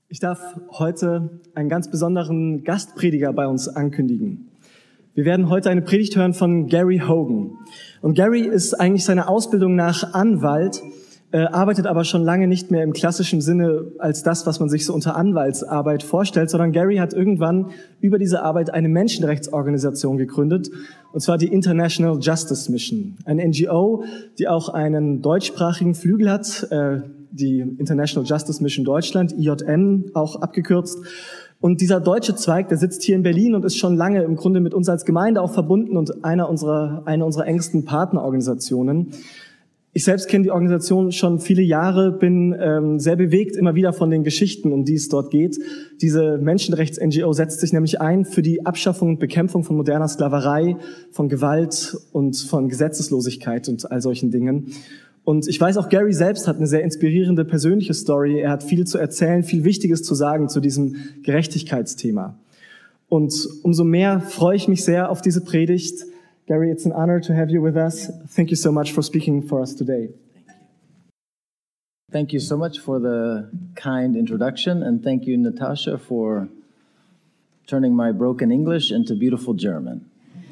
Ich darf heute einen ganz besonderen Gastprediger bei uns ankündigen. Wir werden heute eine Predigt hören von Gary Hogan. Und Gary ist eigentlich seiner Ausbildung nach Anwalt, arbeitet aber schon lange nicht mehr im klassischen Sinne als das, was man sich so unter Anwaltsarbeit vorstellt, sondern Gary hat irgendwann über diese Arbeit eine Menschenrechtsorganisation gegründet, und zwar die International Justice Mission, eine NGO, die auch einen deutschsprachigen Flügel hat, die International Justice Mission Deutschland, IJM auch abgekürzt. Und dieser deutsche Zweig, der sitzt hier in Berlin und ist schon lange im Grunde mit uns als Gemeinde auch verbunden und eine unserer engsten Partnerorganisationen. Ich selbst kenne die Organisation schon viele Jahre, bin sehr bewegt immer wieder von den Geschichten, um die es dort geht. Diese Menschenrechts-NGO setzt sich nämlich ein für die Abschaffung und Bekämpfung von moderner Sklaverei, von Gewalt und von Gesetzeslosigkeit und all solchen Dingen. Und ich weiß auch, Gary selbst hat eine sehr inspirierende persönliche Story. Er hat viel zu erzählen, viel Wichtiges zu sagen zu diesem Gerechtigkeitsthema. Und umso mehr freue ich mich sehr auf diese Predigt. Gary, it's an honor to have you with us. Thank you so much for speaking for us today. Thank you so much for the kind introduction, and thank you, Natasha, for turning my broken English into beautiful German.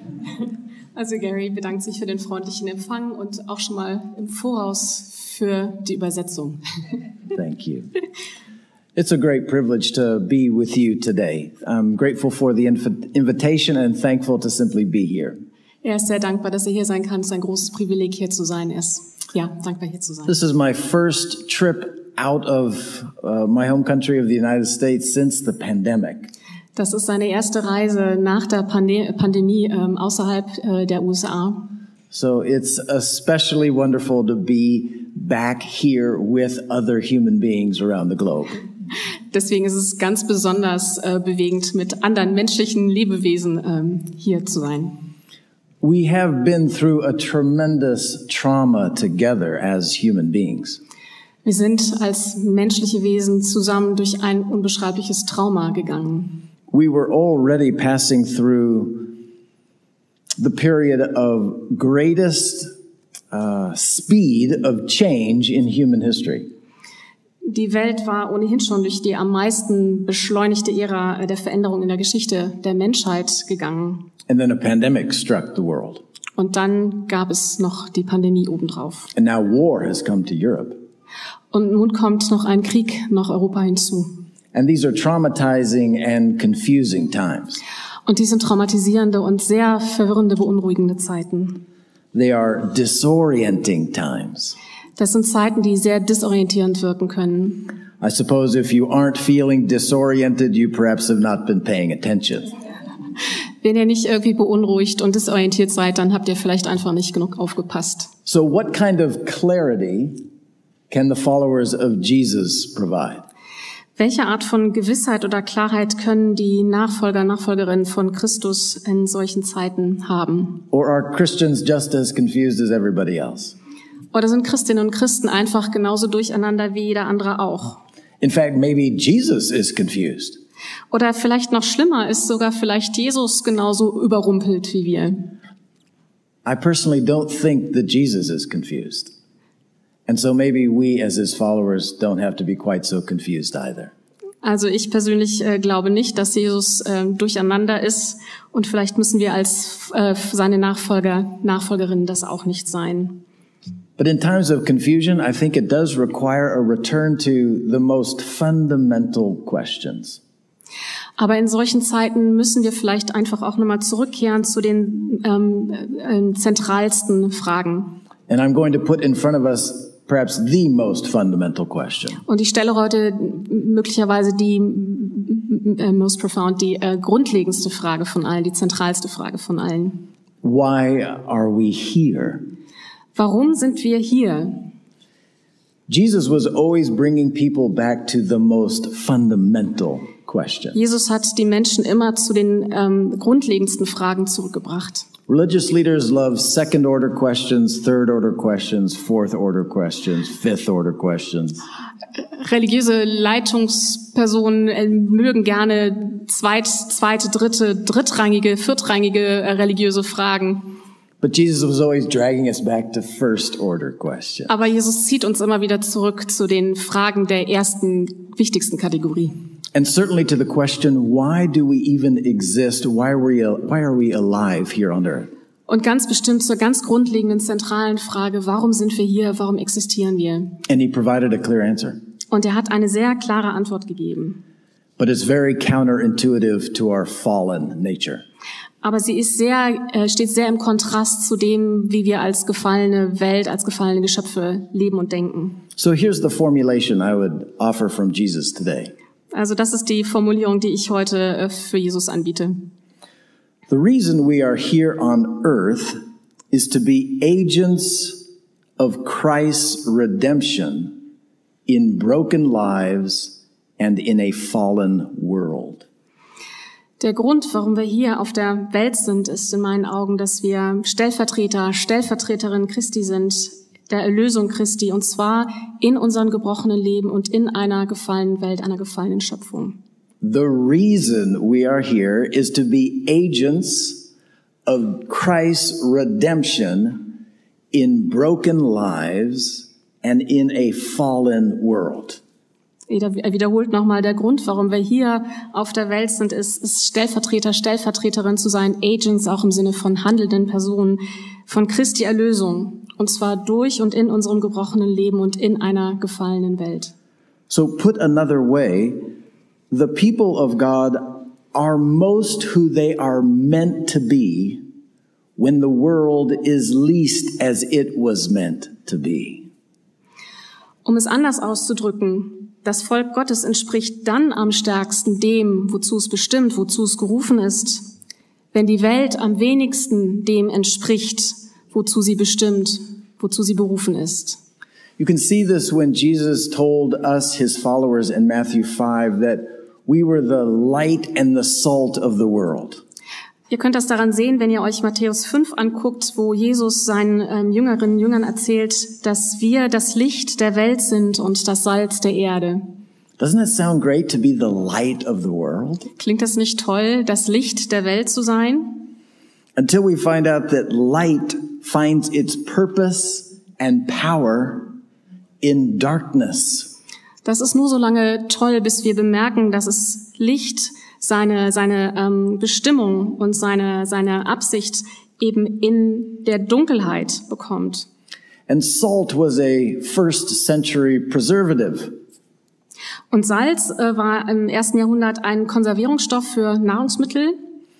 Also Gary bedankt sich für den freundlichen Empfang und auch schon mal im Voraus für die Übersetzung. Thank you. It's a great privilege to be with you today. I'm grateful for the invitation and thankful to simply be here. Er ist sehr dankbar, dass er hier sein kann. Es ist ein großes Privileg, hier zu sein. Er ist dankbar, hier zu sein. This is my first trip out of my home country of the United States since the pandemic. Das ist seine erste Reise nach der Pandemie außerhalb der USA. So it's especially wonderful to be back here with other human beings around the globe. Deswegen ist es ganz besonders bewegend, mit anderen menschlichen Lebewesen hier zu sein. We have been through a tremendous trauma together as human beings. Wir sind als menschliche Wesen zusammen durch ein unbeschreibliches Trauma gegangen. We were already passing through the period of greatest speed of change in human history. Die Welt war ohnehin schon durch die am meisten beschleunigte Ära der Veränderung in der Geschichte der Menschheit gegangen. And then a pandemic struck the world. Und dann gab es noch die Pandemie obendrauf. And now war has come to Europe. Und nun kommt noch ein Krieg nach Europa hinzu. And these are traumatizing and confusing times. Und dies sind traumatisierende und sehr verwirrende, beunruhigende Zeiten. They are disorienting times. Das sind Zeiten, die sehr disorientierend wirken können. I suppose if you aren't feeling disoriented, you perhaps have not been paying attention. Wenn ihr nicht irgendwie beunruhigt und disorientiert seid, dann habt ihr vielleicht einfach nicht genug aufgepasst. So what kind of clarity can the followers of Jesus provide? Welche Art von Gewissheit oder Klarheit können die Nachfolger, Nachfolgerinnen von Christus in solchen Zeiten haben? Or are Christians just as confused as everybody else? Oder sind Christinnen und Christen einfach genauso durcheinander wie jeder andere auch? In fact, maybe Jesus is confused. Oder vielleicht noch schlimmer ist sogar vielleicht Jesus genauso überrumpelt wie wir. I personally don't think that Jesus is confused. And so maybe we as his followers don't have to be quite so confused either. Also ich persönlich glaube nicht, dass Jesus durcheinander ist, und vielleicht müssen wir als seine Nachfolger, Nachfolgerinnen das auch nicht sein. But in times of confusion, I think it does require a return to the most fundamental questions. Aber in solchen Zeiten müssen wir vielleicht einfach auch nochmal zurückkehren zu den zentralsten Fragen. And I'm going to put in front of us perhaps the most fundamental question. Und ich stelle heute möglicherweise die most profound, die grundlegendste Frage von allen, die zentralste Frage von allen. Why are we here? Warum sind wir hier? Jesus was always bringing people back to the most fundamental question. Jesus hat die Menschen immer zu den grundlegendsten Fragen zurückgebracht. Religious leaders love second-order questions, third-order questions, fourth-order questions, fifth-order questions. Religiöse Leitungspersonen mögen gerne zweite, dritte, drittrangige, viertrangige religiöse Fragen. But Jesus was always dragging us back to first order questions. Aber Jesus zieht uns immer wieder zurück zu den Fragen der ersten, wichtigsten Kategorie. And certainly to the question, why do we even exist? Why are we alive here on earth? Und ganz bestimmt zur ganz grundlegenden, zentralen Frage, warum sind wir hier, warum existieren wir? And he provided a clear answer. Und er hat eine sehr klare Antwort gegeben. But it's very counterintuitive to our fallen nature. Aber sie ist steht sehr im Kontrast zu dem, wie wir als gefallene Welt, als gefallene Geschöpfe leben und denken. So here's the formulation I would offer from Jesus today. Also das ist die Formulierung, die ich heute für Jesus anbiete. The reason we are here on earth is to be agents of Christ's redemption in broken lives and in a fallen world. Der Grund, warum wir hier auf der Welt sind, ist in meinen Augen, dass wir Stellvertreterinnen Christi sind, der Erlösung Christi, und zwar in unserem gebrochenen Leben und in einer gefallenen Welt, einer gefallenen Schöpfung. The reason we are here is to be agents of Christ's redemption in broken lives and in a fallen world. Er wiederholt nochmal, der Grund, warum wir hier auf der Welt sind, ist Stellvertreterin zu sein, Agents auch im Sinne von handelnden Personen, von Christi Erlösung. Und zwar durch und in unserem gebrochenen Leben und in einer gefallenen Welt. So put another way, the people of God are most who they are meant to be when the world is least as it was meant to be. Um es anders auszudrücken, das Volk Gottes entspricht dann am stärksten dem, wozu es bestimmt, wozu es gerufen ist, wenn die Welt am wenigsten dem entspricht, wozu sie bestimmt, wozu sie berufen ist. You can see this when Jesus told us, his followers, in Matthew 5, that we were the light and the salt of the world. Ihr könnt das daran sehen, wenn ihr euch Matthäus 5 anguckt, wo Jesus seinen Jüngern erzählt, dass wir das Licht der Welt sind und das Salz der Erde. Doesn't it sound great to be the light of the world? Klingt das nicht toll, das Licht der Welt zu sein? Until we find out that light finds its purpose and power in darkness. Das ist nur so lange toll, bis wir bemerken, dass es Licht seine Bestimmung und seine Absicht eben in der Dunkelheit bekommt. And salt was a first century preservative. Und Salz war im 1. Jahrhundert ein Konservierungsstoff für Nahrungsmittel.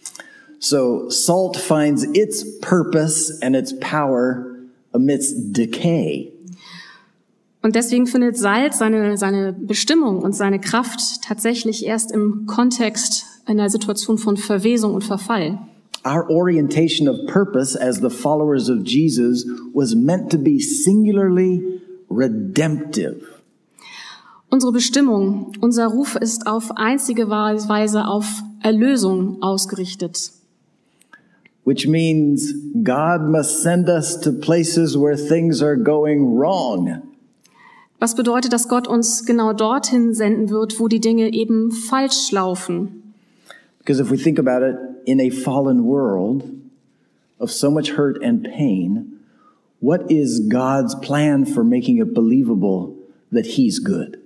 So salt finds its purpose and its power amidst decay. Und deswegen findet Salz seine Bestimmung und seine Kraft tatsächlich erst im Kontext einer Situation von Verwesung und Verfall. Our orientation of purpose as the followers of Jesus was meant to be singularly redemptive. Unsere Bestimmung, unser Ruf ist auf einzige Weise auf Erlösung ausgerichtet. Which means God must send us to places where things are going wrong. Was bedeutet, dass Gott uns genau dorthin senden wird, wo die Dinge eben falsch laufen. Because if we think about it, in a fallen world of so much hurt and pain, what is God's plan for making it believable that He's good?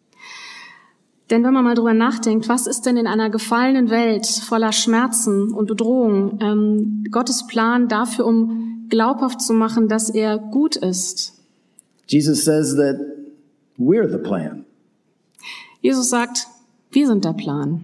Denn wenn man mal drüber nachdenkt, was ist denn in einer gefallenen Welt voller Schmerzen und Bedrohung Gottes Plan dafür, um glaubhaft zu machen, dass er gut ist? Jesus says that we're the plan. Jesus sagt, wir sind der Plan.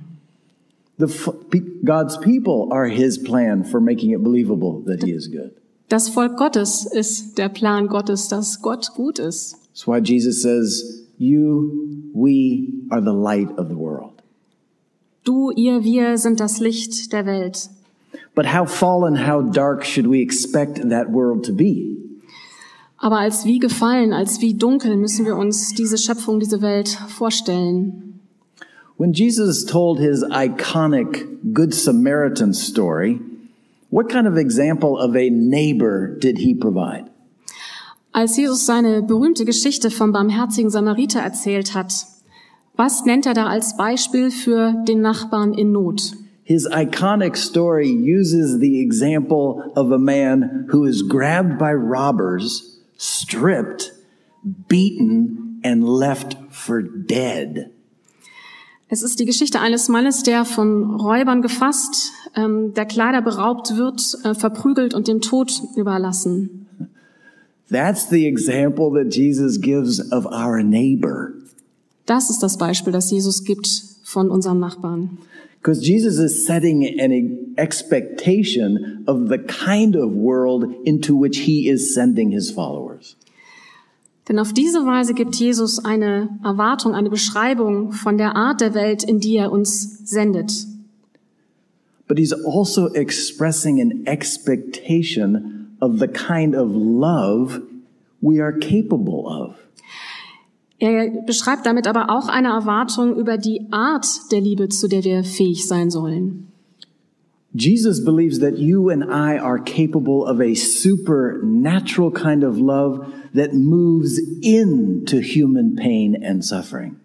God's people are His plan for making it believable that He is good. Das Volk Gottes ist der Plan Gottes, dass Gott gut ist. That's why Jesus says, we are the light of the world. Du, ihr, wir sind das Licht der Welt. But how fallen, how dark should we expect that world to be? Aber als wie gefallen, als wie dunkel müssen wir uns diese Schöpfung, diese Welt vorstellen. When Jesus told his iconic Good Samaritan story, what kind of example of a neighbor did he provide? Als Jesus seine berühmte Geschichte vom barmherzigen Samariter erzählt hat, was nennt er da als Beispiel für den Nachbarn in Not? His iconic story uses the example of a man who is grabbed by robbers, stripped, beaten, and left for dead. Es ist die Geschichte eines Mannes, der von Räubern gefasst, der Kleider beraubt wird, verprügelt und dem Tod überlassen. That's the example that Jesus gives of our neighbor. Das ist das Beispiel, das Jesus gibt von unserem Nachbarn. Because Jesus is setting an expectation of the kind of world into which he is sending his followers. Denn auf diese Weise gibt Jesus eine Erwartung, eine Beschreibung von der Art der Welt, in die er uns sendet. But he's also expressing an expectation of the kind of love we are capable of. Er beschreibt damit aber auch eine Erwartung über die Art der Liebe, zu der wir fähig sein sollen. Jesus believes that you and I are capable of a supernatural kind of love that moves into human pain and suffering.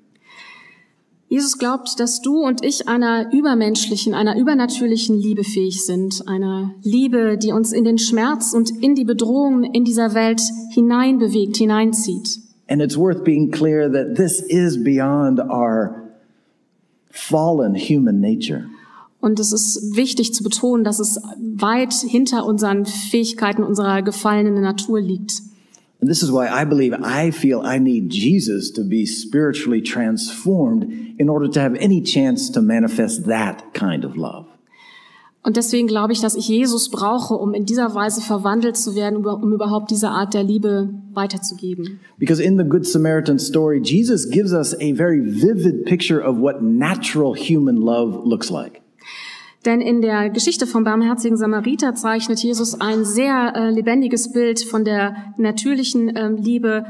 Jesus glaubt, dass du und ich einer übermenschlichen, einer übernatürlichen Liebe fähig sind. Einer Liebe, die uns in den Schmerz und in die Bedrohungen in dieser Welt hineinbewegt, hineinzieht. And it's worth being clear that this is beyond our fallen human nature. Und es ist wichtig zu betonen, dass es weit hinter unseren Fähigkeiten, unserer gefallenen Natur liegt. And this is why I feel I need Jesus to be spiritually transformed in order to have any chance to manifest that kind of love. Und deswegen glaube ich, dass ich Jesus brauche, um in dieser Weise verwandelt zu werden, um überhaupt diese Art der Liebe weiterzugeben. Because in the Good Samaritan story, Jesus gives us a very vivid picture of what natural human love looks like. Denn in der Geschichte vom barmherzigen Samariter zeichnet Jesus ein sehr lebendiges Bild von der natürlichen Liebe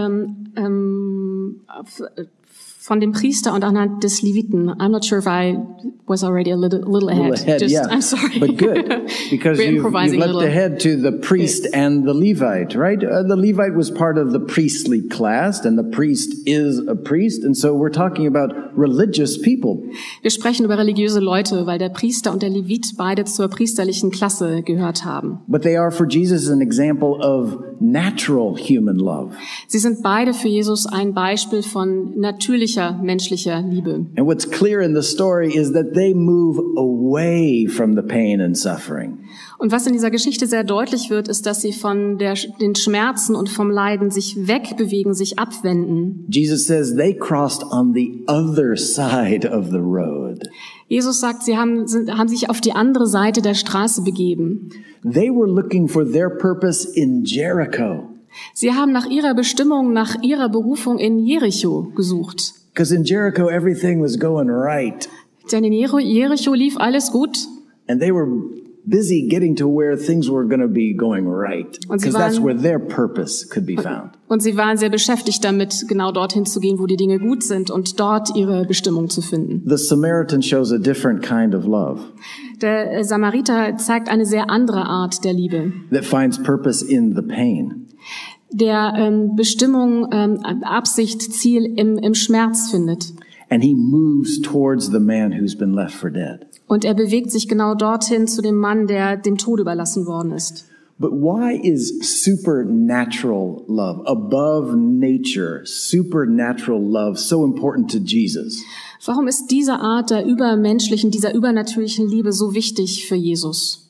von dem Priester und anhand des Leviten. I'm not sure if I was already a little ahead. Yeah. I'm sorry. But good, because you've leapt ahead to the priest and the Levite, right? The Levite was part of the priestly class, and the priest is a priest, and so we're talking about religious people. Wir sprechen über religiöse Leute, weil der Priester und der Levit beide zur priesterlichen Klasse gehört haben. But they are for Jesus an example of natural human love. Sie sind beide für Jesus ein Beispiel von natürlicher menschlicher Liebe. And what's clear in the story is that they move away from the pain and suffering. Und was in dieser Geschichte sehr deutlich wird, ist, dass sie von den Schmerzen und vom Leiden sich wegbewegen, sich abwenden. Jesus says they crossed on the other side of the road. Jesus sagt, sie haben sich auf die andere Seite der Straße begeben. They were looking for their purpose in Jericho. Sie haben nach ihrer Bestimmung, nach ihrer Berufung in Jericho gesucht. Because in Jericho everything was going right. Denn in Jericho lief alles gut. And they were busy getting to where things were going to be going right. Because that's where their purpose could be found. Und sie waren sehr beschäftigt damit, genau dorthin zu gehen, wo die Dinge gut sind und dort ihre Bestimmung zu finden. The Samaritan shows a different kind of love. Der Samariter zeigt eine sehr andere Art der Liebe. That finds purpose in the pain. Der Bestimmung, Absicht, Ziel im Schmerz findet. And he moves towards the man who's been left for dead. Und er bewegt sich genau dorthin zu dem Mann, der dem Tod überlassen worden ist. But why is supernatural love, above nature, supernatural love so important to Jesus? Warum ist diese Art der übermenschlichen, dieser übernatürlichen Liebe so wichtig für Jesus?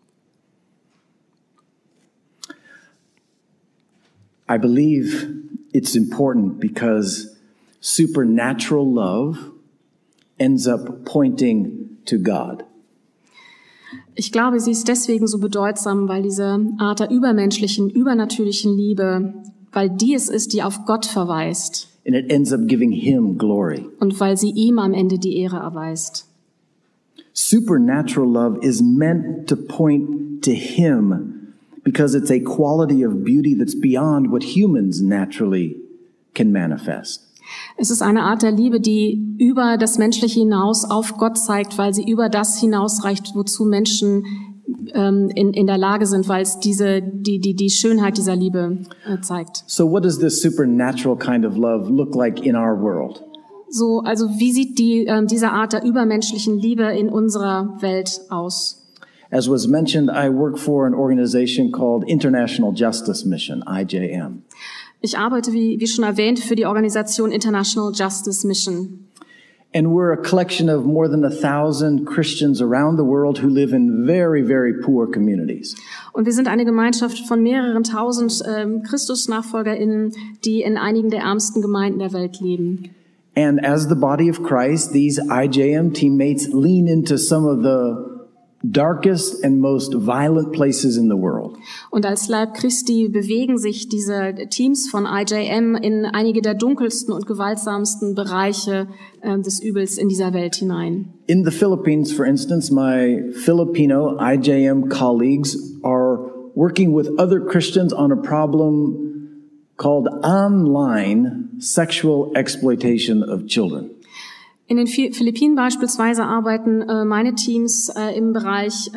I believe it's important because supernatural love ends up pointing to God. Ich glaube, sie ist deswegen so bedeutsam, weil diese Art der übermenschlichen, übernatürlichen Liebe, weil die es ist, die auf Gott verweist. And it ends up giving him glory. Und weil sie ihm am Ende die Ehre erweist. Supernatural love is meant to point to him because it's a quality of beauty that's beyond what humans naturally can manifest. Es ist eine Art der Liebe, die über das Menschliche hinaus auf Gott zeigt, weil sie über das hinausreicht, wozu Menschen in der Lage sind, weil es die Schönheit dieser Liebe zeigt. So what does this supernatural kind of love look like in our world? Also wie sieht diese Art der übermenschlichen Liebe in unserer Welt aus? As was mentioned, I work for an organization called International Justice Mission, IJM. Ich arbeite, wie schon erwähnt, für die Organisation International Justice Mission. And we're a collection of more than 1,000 Christians around the world who live in very, very poor communities. Und wir sind eine Gemeinschaft von mehreren tausend Christusnachfolgerinnen, die in einigen der ärmsten Gemeinden der Welt leben. And as the body of Christ, these IJM teammates lean into some of the darkest and most violent places in the world. Und als Leib Christi bewegen sich diese Teams von IJM in einige der dunkelsten und gewaltsamsten Bereiche des Übels in dieser Welt hinein. In the Philippines, for instance, my Filipino IJM colleagues are working with other Christians on a problem called online sexual exploitation of children. In den Philippinen beispielsweise arbeiten meine Teams im Bereich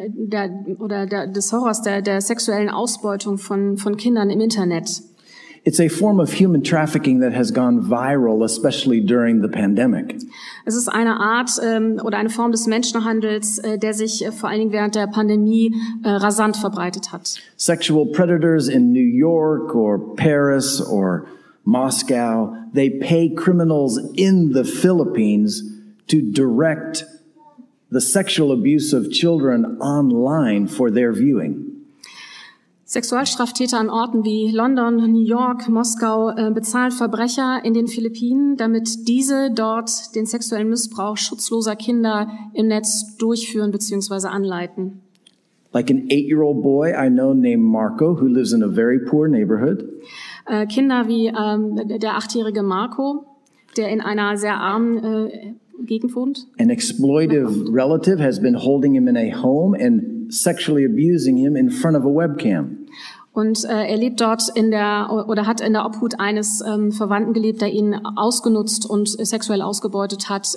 des Horrors, der sexuellen Ausbeutung von Kindern im Internet. It's a form of human trafficking that has gone viral, especially during the pandemic. Es ist eine Art oder eine Form des Menschenhandels, der sich vor allen Dingen während der Pandemie rasant verbreitet hat. Sexual predators in New York or Paris or Moscow, they pay criminals in the Philippines to direct the sexual abuse of children online for their viewing. Sexualstraftäter an Orten wie London, New York, Moskau bezahlen Verbrecher in den Philippinen, damit diese dort den sexuellen Missbrauch schutzloser Kinder im Netz durchführen bzw. anleiten. Like an 8-year-old boy I know named Marco, who lives in a very poor neighborhood. Kinder wie der 8-jährige Marco, der in einer sehr armen Gegend wohnt. An exploitive relative has been holding him in a home and sexually abusing him in front of a webcam. Und er lebt dort hat in der Obhut eines Verwandten gelebt, der ihn ausgenutzt und sexuell ausgebeutet hat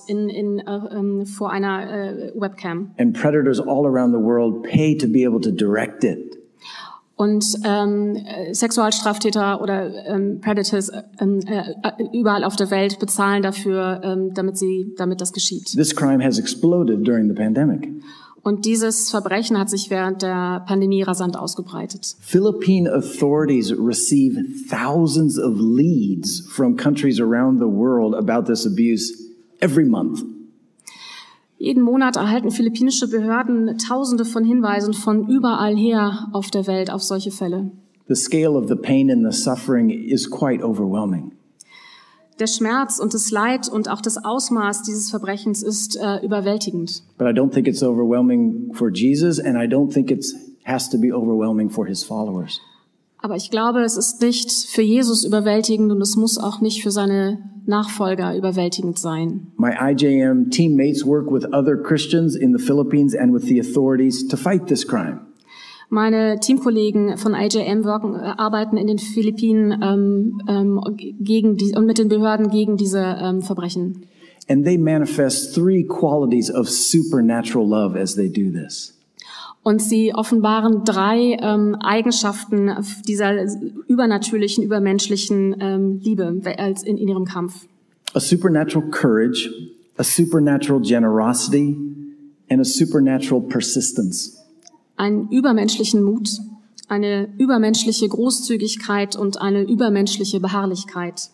vor einer Webcam. And predators all around the world pay to be able to direct it. Und Sexualstraftäter oder Predators überall auf der Welt bezahlen dafür, damit das geschieht. This crime has exploded during the pandemic. Und dieses Verbrechen hat sich während der Pandemie rasant ausgebreitet. Philippine authorities receive thousands of leads from countries around the world about this abuse every month. Jeden Monat erhalten philippinische Behörden Tausende von Hinweisen von überall her auf der Welt auf solche Fälle. The scale of the pain and the suffering is quite overwhelming. Der Schmerz und das Leid und auch das Ausmaß dieses Verbrechens ist überwältigend. But I don't think it's overwhelming for Jesus, and I don't think it has to be overwhelming for his followers. Aber ich glaube, es ist nicht für Jesus überwältigend und es muss auch nicht für seine Nachfolger überwältigend sein. My IJM teammates work with other Christians in the Philippines and with the authorities to fight this crime. Meine Teamkollegen von IJM arbeiten in den Philippinen mit den Behörden gegen diese Verbrechen. And they manifest 3 qualities of supernatural love as they do this. Und sie offenbaren 3 Eigenschaften dieser übernatürlichen, übermenschlichen Liebe in ihrem Kampf. A supernatural courage, a supernatural generosity, and a supernatural persistence. Einen übermenschlichen Mut, eine übermenschliche Großzügigkeit und eine übermenschliche Beharrlichkeit.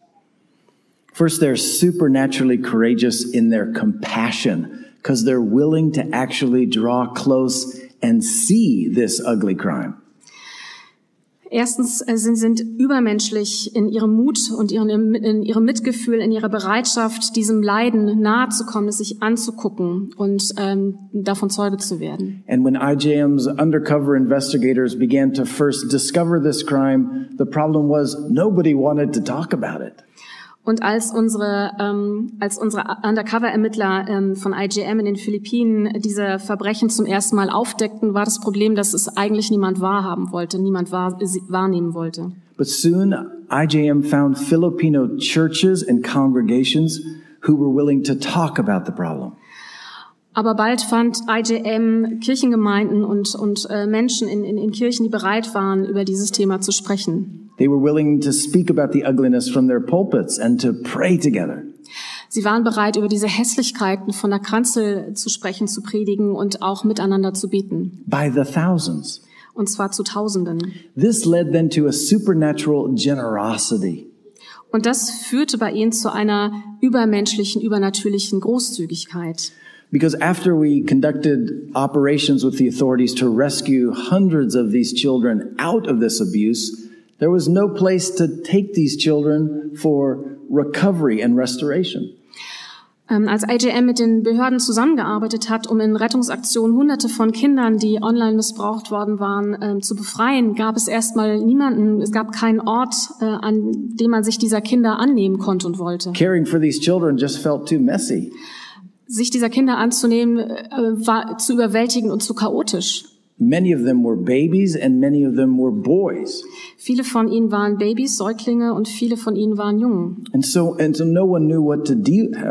First, they're supernaturally courageous in their compassion, because they're willing to actually draw close and see this ugly crime. Erstens, sie sind übermenschlich in ihrem Mut und in ihrem Mitgefühl, in ihrer Bereitschaft, diesem Leiden nahe zu kommen, es sich anzugucken und davon Zeuge zu werden. And when IJM's undercover investigators began to first discover this crime, the problem was nobody wanted to talk about it. Und als unsere Undercover-Ermittler von IJM in den Philippinen diese Verbrechen zum ersten Mal aufdeckten, war das Problem, dass es eigentlich niemand wahrhaben wollte, niemand wahrnehmen wollte. But soon, IJM found Filipino churches and congregations who were willing to talk about the problem. Aber bald fand IJM Kirchengemeinden und Menschen in Kirchen, die bereit waren, über dieses Thema zu sprechen. They were willing to speak about the ugliness from their pulpits and to pray together. Sie waren bereit, über diese Hässlichkeiten von der Kanzel zu sprechen, zu predigen und auch miteinander zu beten. by the thousands. Und zwar zu Tausenden. This led then to a supernatural generosity. Und das führte bei ihnen zu einer übermenschlichen, übernatürlichen Großzügigkeit. Because after we conducted operations with the authorities to rescue hundreds of these children out of this abuse, there was no place to take these children for recovery and restoration. Als IJM mit den Behörden zusammengearbeitet hat, um in Rettungsaktionen Hunderte von Kindern, die online missbraucht worden waren, zu befreien, gab es erstmal niemanden, es gab keinen Ort, an dem man sich dieser Kinder annehmen konnte und wollte. Caring for these children just felt too messy. Sich dieser Kinder anzunehmen, war zu überwältigend und zu chaotisch. Many of them were babies and many of them were boys. Viele von ihnen waren Babys, Säuglinge und viele von ihnen waren Jungen. And so no one knew what to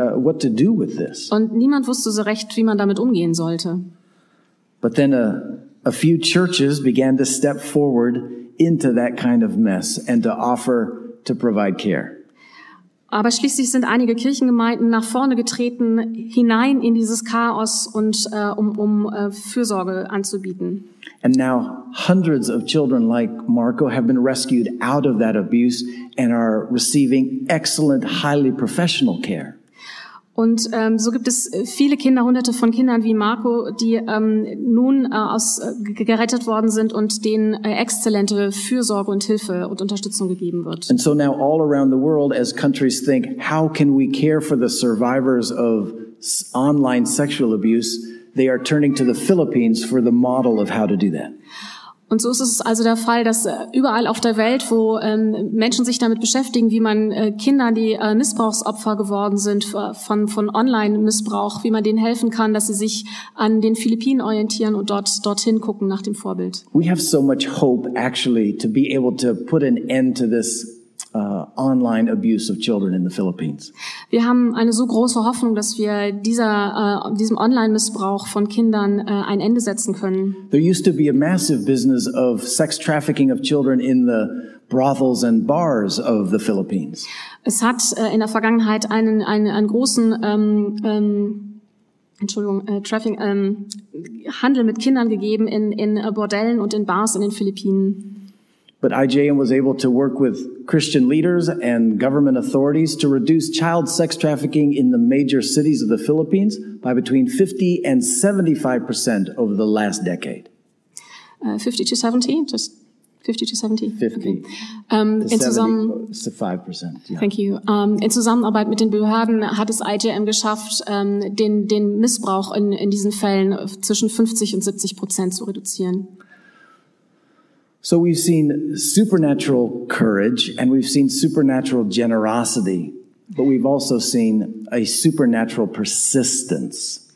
do with this. Und niemand wusste so recht, wie man damit umgehen sollte. But then a few churches began to step forward into that kind of mess and to offer to provide care. Aber schließlich sind einige Kirchengemeinden nach vorne getreten, hinein in dieses Chaos und um Fürsorge anzubieten. And now hundreds of children like Marco have been rescued out of that abuse and are receiving excellent, highly professional care. Und so gibt es viele Kinder, Hunderte von Kindern wie Marco, die nun gerettet worden sind und denen exzellente Fürsorge und Hilfe und Unterstützung gegeben wird. And so now all around the world, as countries think, how can we care for the survivors of online sexual abuse, they are turning to the Philippines for the model of how to do that. Und so ist es also der Fall, dass überall auf der Welt, wo Menschen sich damit beschäftigen, wie man Kindern, die Missbrauchsopfer geworden sind von Online-Missbrauch, wie man denen helfen kann, dass sie sich an den Philippinen orientieren und dorthin gucken nach dem Vorbild. We have so much hope actually to be able to put an end to this online abuse of children in the Philippines. Wir haben eine so große Hoffnung, dass wir diesem Online-Missbrauch von Kindern ein Ende setzen können. There used to be a massive business of sex trafficking of children in the brothels and bars of the Philippines. Es hat in der Vergangenheit einen großen Handel mit Kindern gegeben in Bordellen und in Bars in den Philippinen. But IJM was able to work with Christian leaders and government authorities to reduce child sex trafficking in the major cities of the Philippines by between 50 and 75% over the last decade. 50 to 70? Just 50 to 70? 50 Okay. to 75%. Yeah. Thank you. In Zusammenarbeit mit den Behörden hat es IJM geschafft, den Missbrauch in diesen Fällen zwischen 50 und 70% zu reduzieren. So we've seen supernatural courage and we've seen supernatural generosity, but we've also seen a supernatural persistence.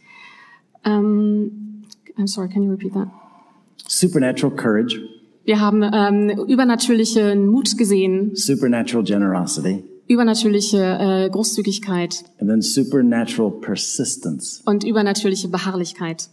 I'm sorry, can you repeat that? Supernatural courage. Wir haben übernatürlichen Mut gesehen, Supernatural generosity. übernatürliche Großzügigkeit And then supernatural persistence. und übernatürliche Beharrlichkeit.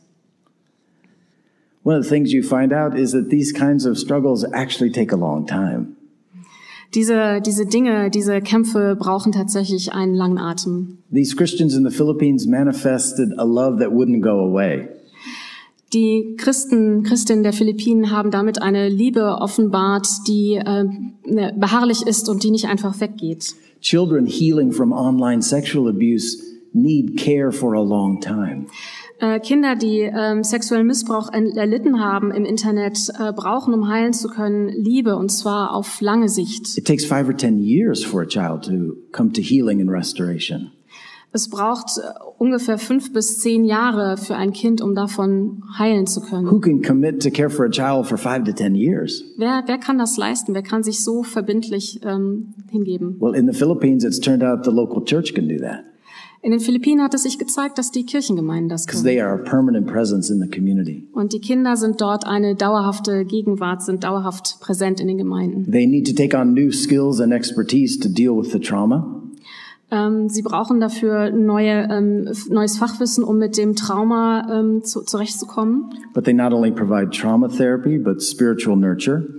One of the things you find out is that these kinds of struggles actually take a long time. Diese Dinge, diese Kämpfe brauchen tatsächlich einen langen Atem. These Christians in the Philippines manifested a love that wouldn't go away. Die Christinnen der Philippinen haben damit eine Liebe offenbart, die beharrlich ist und die nicht einfach weggeht. Children healing from online sexual abuse need care for a long time. Kinder, die sexuellen Missbrauch erlitten haben im Internet, brauchen, um heilen zu können, Liebe, und zwar auf lange Sicht. It takes 5 or 10 years for a child to come to healing and restoration. Es braucht ungefähr 5 bis 10 Jahre für ein Kind, um davon heilen zu können. Who can commit to care for a child for 5 to 10 years? Wer kann das leisten? Wer kann sich so verbindlich hingeben? Well, in the Philippines, it's turned out the local church can do that In den Philippinen hat es sich gezeigt, dass die Kirchengemeinden das because können. they are a permanent presence in the community. Und die Kinder sind dort eine dauerhafte Gegenwart, sind dauerhaft präsent in den Gemeinden. They need to take on new skills and expertise to deal with the trauma. Sie brauchen dafür neues Fachwissen, um mit dem Trauma zurechtzukommen. But they not only provide trauma therapy, but spiritual nurture.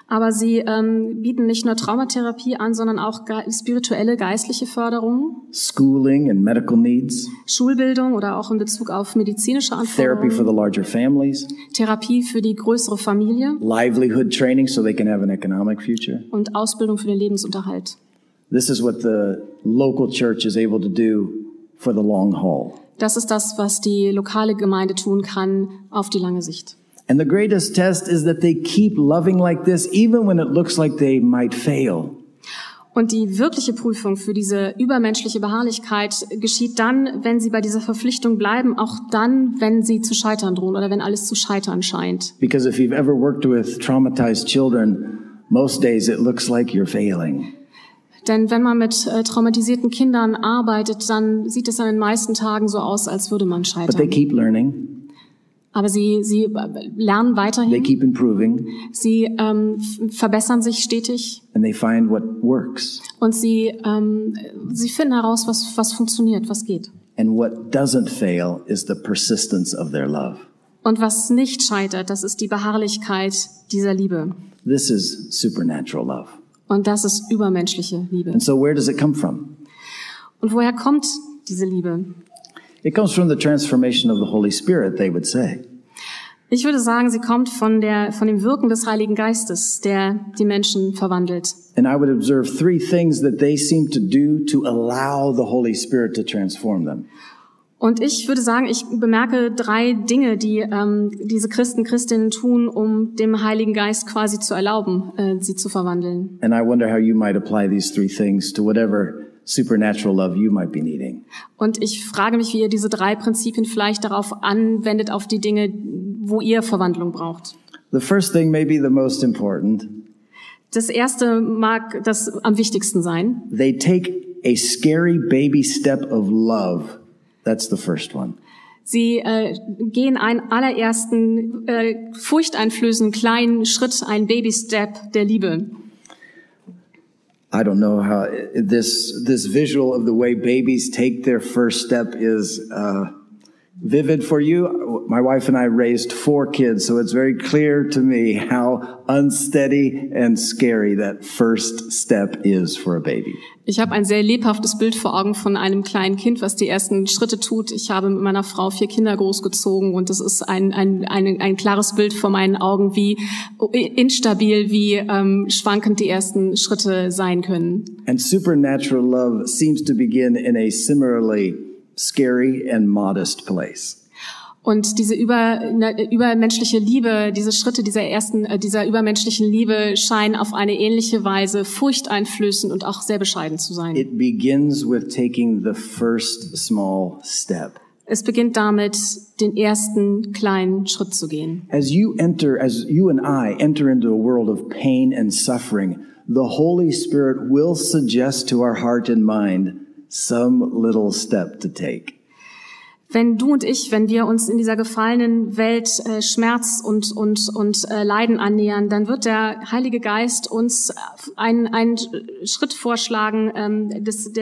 Aber sie bieten nicht nur Traumatherapie an, sondern auch spirituelle, geistliche Förderung, schooling and medical needs, Schulbildung oder auch in Bezug auf medizinische therapy for the Anforderungen, larger families, Therapie für die größere Familie livelihood training so they can have an economic future. und Ausbildung für den Lebensunterhalt. This is what the local church is able to do for the long haul. Das ist das, was die lokale Gemeinde tun kann auf die lange Sicht. And the greatest test is that they keep loving like this even when it looks like they might fail. Und die wirkliche Prüfung für diese übermenschliche Beharrlichkeit geschieht dann, wenn sie bei dieser Verpflichtung bleiben, auch dann, wenn sie zu scheitern drohen oder wenn alles zu scheitern scheint. Because if you've ever worked with traumatized children, most days it looks like you're failing. Denn wenn man mit traumatisierten Kindern arbeitet, dann sieht es an den meisten Tagen so aus, als würde man But they scheitern. keep learning, Aber sie lernen they weiterhin, keep improving, sie verbessern sich stetig and they find what works. und sie finden heraus, was funktioniert, was geht. And what doesn't fail is the persistence of their love. Und was nicht scheitert, das ist die Beharrlichkeit dieser Liebe. This is supernatural love. Und das ist übermenschliche Liebe. And so where does it come from? Und woher kommt diese Liebe? It comes from the transformation of the Holy Spirit, they would say. Ich würde sagen, sie kommt von dem Wirken des Heiligen Geistes, der die Menschen verwandelt. And I would observe three things that they seem to do to allow the Holy Spirit to transform them. Und ich würde sagen, ich bemerke 3 Dinge, die diese Christinnen tun, um dem Heiligen Geist quasi zu erlauben, sie zu verwandeln. And I wonder how you might apply these three things to whatever supernatural love you might be needing. Und ich frage mich, wie ihr diese 3 Prinzipien vielleicht darauf anwendet, auf die Dinge, wo ihr Verwandlung braucht. The first thing may be the most important. Das erste mag das am wichtigsten sein. They take a scary baby step of love. That's the first one. Sie gehen einen allerersten furchteinflößenden kleinen Schritt, einen Baby-Step der Liebe. I don't know how this visual of the way babies take their first step is vivid for you. My wife and I raised 4 kids, so it's very clear to me how unsteady and scary that first step is for a baby. Ich habe ein sehr lebhaftes Bild vor Augen von einem kleinen Kind, was die ersten Schritte tut. Ich habe mit meiner Frau 4 Kinder großgezogen und das ist ein klares Bild vor meinen Augen, wie instabil, wie schwankend die ersten Schritte sein können. And supernatural love seems to begin in a similarly scary and modest place. Und diese übermenschliche Liebe, diese Schritte dieser übermenschlichen Liebe scheinen auf eine ähnliche Weise furchteinflößend und auch sehr bescheiden zu sein. It begins with taking the first small step. Es beginnt damit, den ersten kleinen Schritt zu gehen. As you and I enter into a world of pain and suffering, the Holy Spirit will suggest to our heart and mind some little step to take. Wenn du und ich, wenn wir uns in dieser gefallenen Welt Schmerz und Leiden annähern, dann wird der Heilige Geist uns einen Schritt vorschlagen,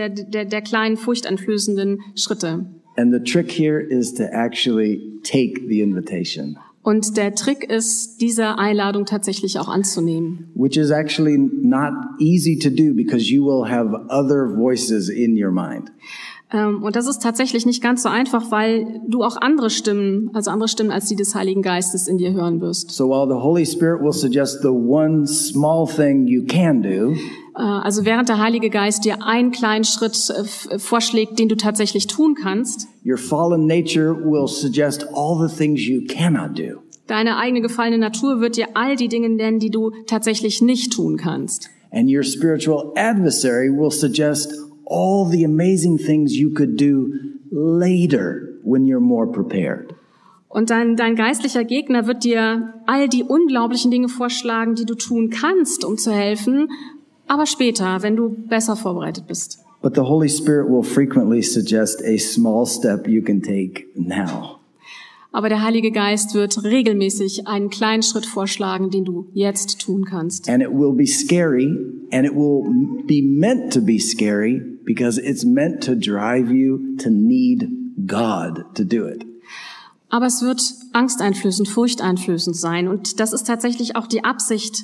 der kleinen, furchteinflößenden Schritte. And the trick here is to actually take the invitation. Und der Trick ist, diese Einladung tatsächlich auch anzunehmen. Which is actually not easy to do because you will have other voices in your mind. Und das ist tatsächlich nicht ganz so einfach, weil du auch andere Stimmen als die des Heiligen Geistes in dir hören wirst. So while the Holy Spirit will suggest the one small thing you can do, also während der Heilige Geist dir einen kleinen Schritt vorschlägt, den du tatsächlich tun kannst, your fallen nature will suggest all the things you cannot do. Deine eigene gefallene Natur wird dir all die Dinge nennen, die du tatsächlich nicht tun kannst. And your spiritual adversary will suggest all the amazing things you could do later when you're more prepared. Und dein geistlicher Gegner wird dir all die unglaublichen Dinge vorschlagen, die du tun kannst, um zu helfen, aber später, wenn du besser vorbereitet bist. But the Holy Spirit will frequently suggest a small step you can take now. Aber der Heilige Geist wird regelmäßig einen kleinen Schritt vorschlagen, den du jetzt tun kannst. And it will be scary, and it will be meant to be scary because it's meant to drive you to need God to do it. Aber es wird angsteinflößend, furchteinflößend sein. Und das ist tatsächlich auch die Absicht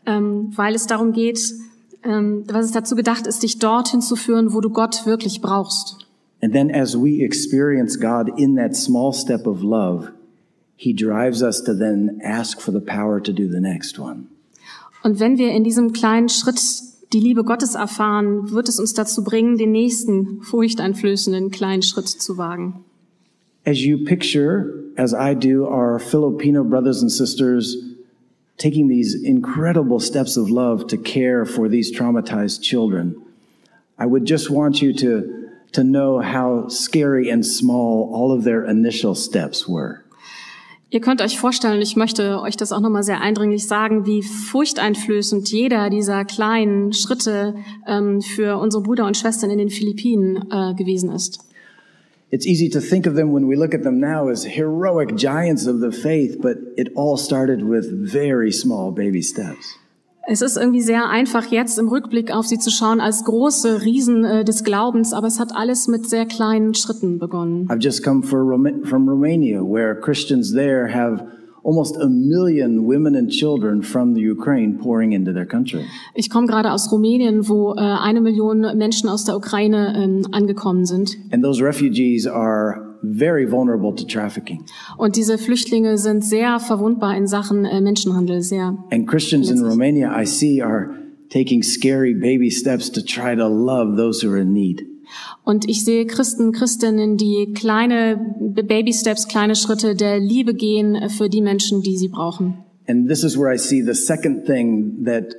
weil es darum geht, was es dazu gedacht ist, dich dorthin zu führen, wo du Gott wirklich brauchst. And then as we experience God in that small step of love, He drives us to then ask for the power to do the next one. Und wenn wir in diesem kleinen Schritt die Liebe Gottes erfahren, wird es uns dazu bringen, den nächsten furchteinflößenden kleinen Schritt zu wagen. As you picture, as I do, our Filipino brothers and sisters taking these incredible steps of love to care for these traumatized children, I would just want you to know how scary and small all of their initial steps were. Ihr könnt euch vorstellen, ich möchte euch das auch nochmal sehr eindringlich sagen, wie furchteinflößend jeder dieser kleinen Schritte für unsere Brüder und Schwestern in den Philippinen gewesen ist. It's easy to think of them when we look at them now as heroic giants of the faith, but it all started with very small baby steps. Es ist irgendwie sehr einfach, jetzt im Rückblick auf sie zu schauen als große Riesen des Glaubens, aber es hat alles mit sehr kleinen Schritten begonnen. I've just come from Romania, where Christians there have almost 1 million women and children from the Ukraine pouring into their country. Ich komme gerade aus Rumänien, wo 1 Million Menschen aus der Ukraine angekommen sind. And those refugees are very vulnerable to trafficking. Und diese Flüchtlinge sind sehr verwundbar in Sachen Menschenhandel, sehr. And Christians in Romania, I see, are taking scary baby steps to try to love those who are in need. Und ich sehe Christen, Christinnen, die kleine Baby Steps, kleine Schritte der Liebe gehen für die Menschen, die sie brauchen. And this is where I see the second thing that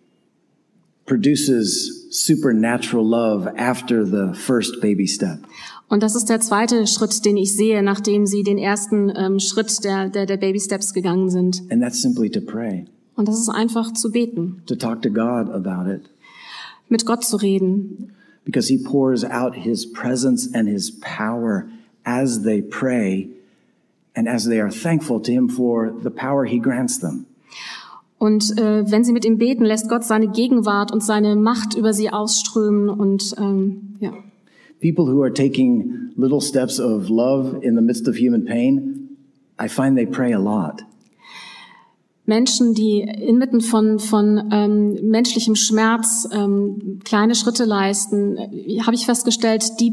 produces supernatural love after the first baby step. Und das ist der zweite Schritt, den ich sehe, nachdem sie den ersten Schritt der Baby Steps gegangen sind. And that's simply to pray. Und das ist einfach zu beten, To talk to God about it. mit Gott zu reden. Because He pours out His presence and His power as they pray and as they are thankful to Him for the power He grants them. Und wenn sie mit ihm beten, lässt Gott seine Gegenwart und seine Macht über sie ausströmen und ja. People who are taking little steps of love in the midst of human pain, I find they pray a lot. Menschen, die inmitten von menschlichem Schmerz kleine Schritte leisten, habe ich festgestellt, die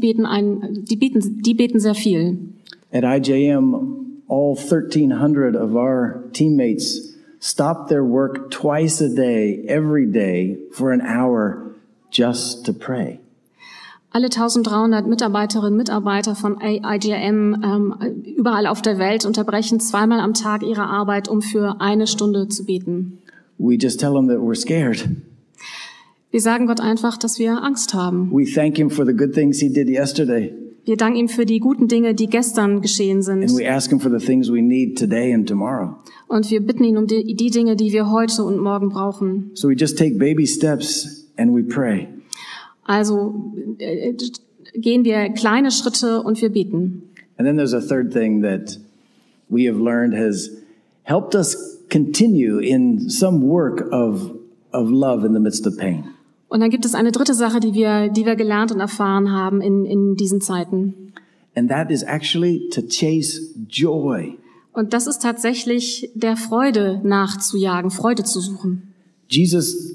beten sehr viel. At IJM, all 1,300 of our teammates stop their work twice a day, every day, for an hour just to pray. Alle 1300 Mitarbeiterinnen und Mitarbeiter von IJM überall auf der Welt unterbrechen zweimal am Tag ihre Arbeit, um für 1 Stunde zu beten. We just tell Him that we're scared. Wir sagen Gott einfach, dass wir Angst haben. We thank Him for the good things He did yesterday. Wir danken ihm für die guten Dinge, die gestern geschehen sind. And we ask Him for the things we need today and tomorrow. Und wir bitten ihn um die Dinge, die wir heute und morgen brauchen. So we just take baby steps and we pray. Also gehen wir kleine Schritte und wir beten. And then there's a third thing that we have learned has helped us continue in some work of love in the midst of pain. Und dann gibt es eine dritte Sache, die wir gelernt und erfahren haben in diesen Zeiten. And that is actually to chase joy. Und das ist tatsächlich der Freude nachzujagen, Freude zu suchen. Jesus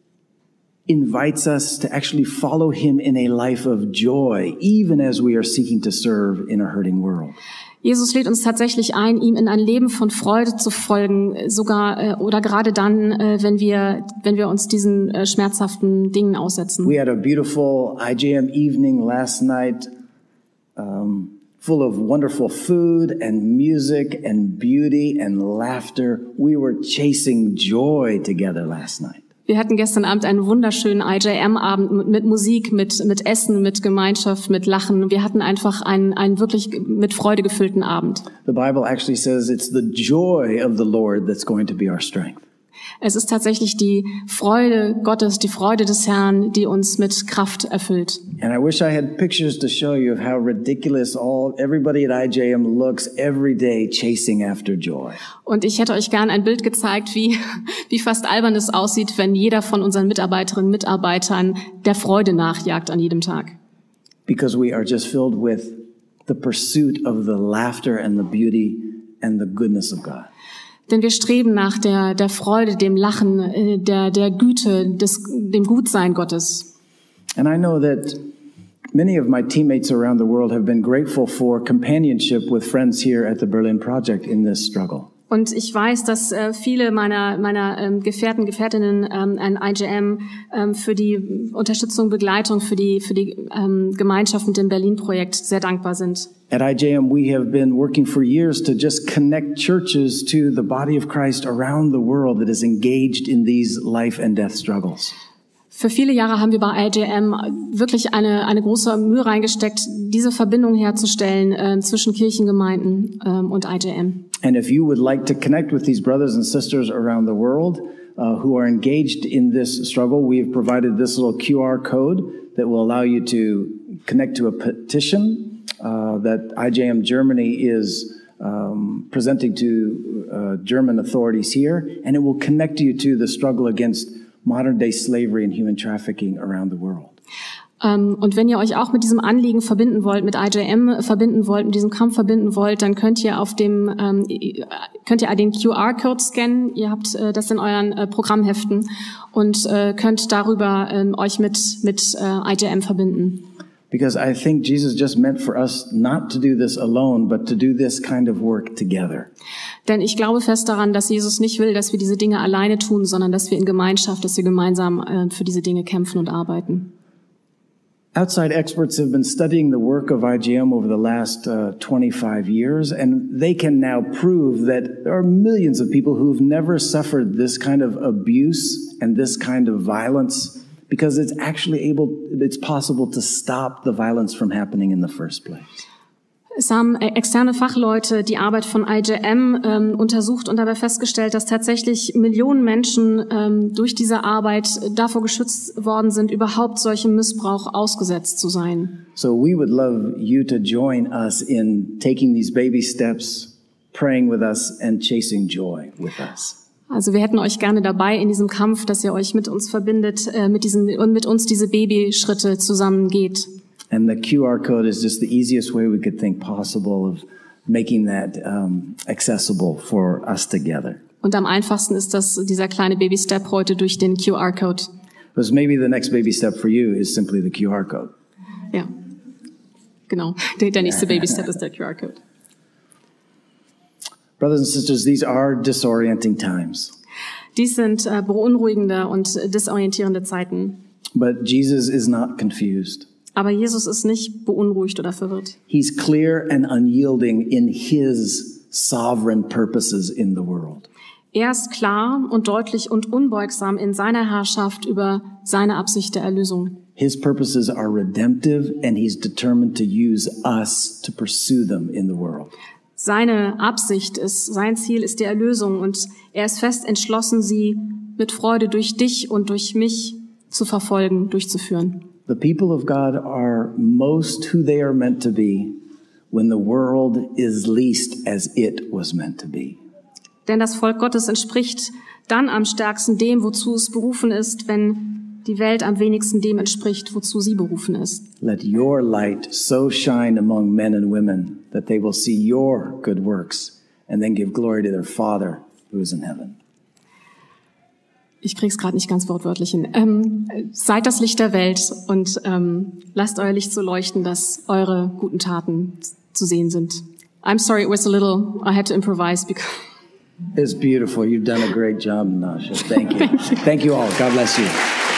invites us to actually follow Him in a life of joy, even as we are seeking to serve in a hurting world. Jesus lädt uns tatsächlich ein, ihm in ein Leben von Freude zu folgen, sogar oder gerade dann, wenn wir uns diesen schmerzhaften Dingen aussetzen. We had a beautiful IJM evening last night, full of wonderful food and music and beauty and laughter. We were chasing joy together last night. Wir hatten gestern Abend einen wunderschönen IJM-Abend mit Musik, mit Essen, mit Gemeinschaft, mit Lachen. Wir hatten einfach einen wirklich mit Freude gefüllten Abend. The Bible actually says it's the joy of the Lord that's going to be our strength. Es ist tatsächlich die Freude Gottes, die Freude des Herrn, die uns mit Kraft erfüllt. And I wish I had pictures to show you of how ridiculous everybody at IJM looks every day chasing after joy. Und ich hätte euch gern ein Bild gezeigt, wie fast albern es aussieht, wenn jeder von unseren Mitarbeiterinnen und Mitarbeitern der Freude nachjagt an jedem Tag. Because we are just filled with the pursuit of the laughter and the beauty and the goodness of God. Denn wir streben nach der Freude, dem Lachen, der Güte, dem Gutsein Gottes. And I know that many of my teammates around the world have been grateful for companionship with friends here at the Berlin Project in this struggle. Und ich weiß, dass viele meiner Gefährtinnen an IJM für die Unterstützung, Begleitung für die Gemeinschaft mit dem Berlin-Projekt sehr dankbar sind. At IJM, we have been working for years to just connect churches to the body of Christ around the world that is engaged in these life and death struggles. Für viele Jahre haben wir bei IJM wirklich eine große Mühe reingesteckt, diese Verbindung herzustellen zwischen Kirchengemeinden und IJM. And if you would like to connect with these brothers and sisters around the world who are engaged in this struggle, we've provided this little QR code that will allow you to connect to a petition that IJM Germany is presenting to German authorities here, and it will connect you to the struggle against modern-day slavery and human trafficking around the world. Und wenn ihr euch auch mit diesem Anliegen verbinden wollt, mit IJM verbinden wollt, mit diesem Kampf verbinden wollt, dann könnt ihr den QR-Code scannen. Ihr habt das in euren Programmheften und könnt darüber euch mit IJM verbinden. Because I think Jesus just meant for us not to do this alone, but to do this kind of work together. Denn ich glaube fest daran, dass Jesus nicht will, dass wir diese Dinge alleine tun, sondern dass wir in Gemeinschaft, dass wir gemeinsam für diese Dinge kämpfen und arbeiten. Outside experts have been studying the work of IJM over the last 25 years, and they can now prove that there are millions of people who've never suffered this kind of abuse and this kind of violence, because it's possible to stop the violence from happening in the first place. Es haben externe Fachleute die Arbeit von IJM untersucht und dabei festgestellt, dass tatsächlich Millionen Menschen durch diese Arbeit davor geschützt worden sind, überhaupt solchem Missbrauch ausgesetzt zu sein. So we would love you to join us in taking these baby steps, praying with us and chasing joy with us. Also wir hätten euch gerne dabei in diesem Kampf, dass ihr euch mit uns verbindet, mit uns diese Babyschritte zusammen geht. And the QR code is just the easiest way we could think possible of making that accessible for us together. Und am einfachsten ist das dieser kleine Baby-Step heute durch den QR-Code. Because maybe the next baby step for you is simply the QR code. Ja, genau. Der nächste Baby-Step ist der QR-Code. Brothers and sisters, these are disorienting times. Dies sind beunruhigende und desorientierende Zeiten. But Jesus is not confused. Aber Jesus ist nicht beunruhigt oder verwirrt. He's clear and unyielding in his sovereign purposes in the world. Er ist klar und deutlich und unbeugsam in seiner Herrschaft über seine Absicht der Erlösung. His purposes are redemptive and he's determined to use us to pursue them in the world. Sein Ziel ist die Erlösung und er ist fest entschlossen, sie mit Freude durch dich und durch mich zu verfolgen, durchzuführen. The people of God are most who they are meant to be when the world is least as it was meant to be. Denn das Volk Gottes entspricht dann am stärksten dem, wozu es berufen ist, wenn die Welt am wenigsten dem entspricht, wozu sie berufen ist. Let your light so shine among men and women that they will see your good works and then give glory to their Father who is in heaven. Ich krieg's gerade nicht ganz wortwörtlich hin. Seid das Licht der Welt und lasst euer Licht so leuchten, dass eure guten Taten zu sehen sind. I'm sorry, I had to improvise because... It's beautiful. You've done a great job, Nasha. Thank you. Thank you all. God bless you.